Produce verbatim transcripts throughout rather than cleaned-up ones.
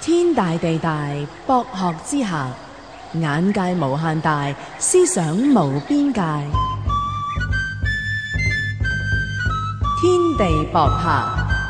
天大地大，博學之下，眼界無限大，思想無邊界。天地博客。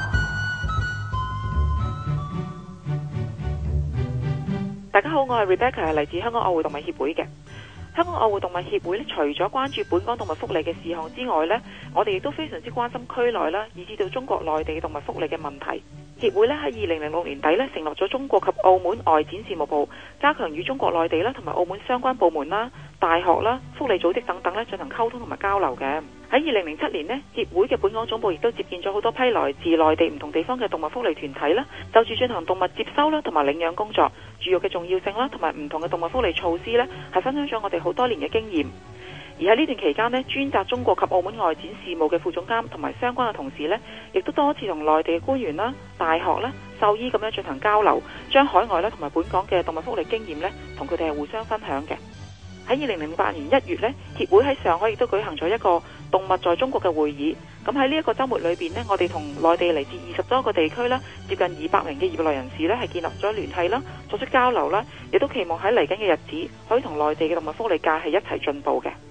大家好，我係 Rebecca， 係嚟自香港愛護動物協會嘅。香港愛護動物協會咧，除咗關注本港動物福利嘅事項之外呢，我哋亦都非常之關心區內啦，以至到中國內地嘅動物福利嘅問題。協會咧喺二零零六年底咧，承諾咗中國及澳門外展事務部，加強與中國內地啦同埋澳門相關部門啦、大學啦、福利組織等等咧進行溝通同埋交流嘅。喺二零零七年呢，協會嘅本港總部亦都接見咗好多批來自內地唔同地方嘅動物福利團體啦，就住進行動物接收啦同埋領養工作、絕育嘅重要性啦，同埋唔同嘅動物福利措施呢，係分享咗我哋好多年嘅經驗。而喺呢段期間呢，專責中國及澳門外展事務嘅副總監同埋相關嘅同事呢，亦都多次同內地嘅官員啦、大學啦、獸醫咁樣進行交流，將海外啦同埋本港嘅動物福利經驗呢，同佢哋係互相分享嘅。喺二零零八年一月呢，協會喺上海亦都舉行咗一個動物在中國嘅會議。咁喺呢一個週末裏邊呢，我哋同內地嚟自二十多個地區啦，接近二百名嘅業內人士呢，係建立咗聯繫啦，作出交流啦，亦都期望喺嚟緊嘅日子可以同內地嘅動物福利界係一齊進步嘅。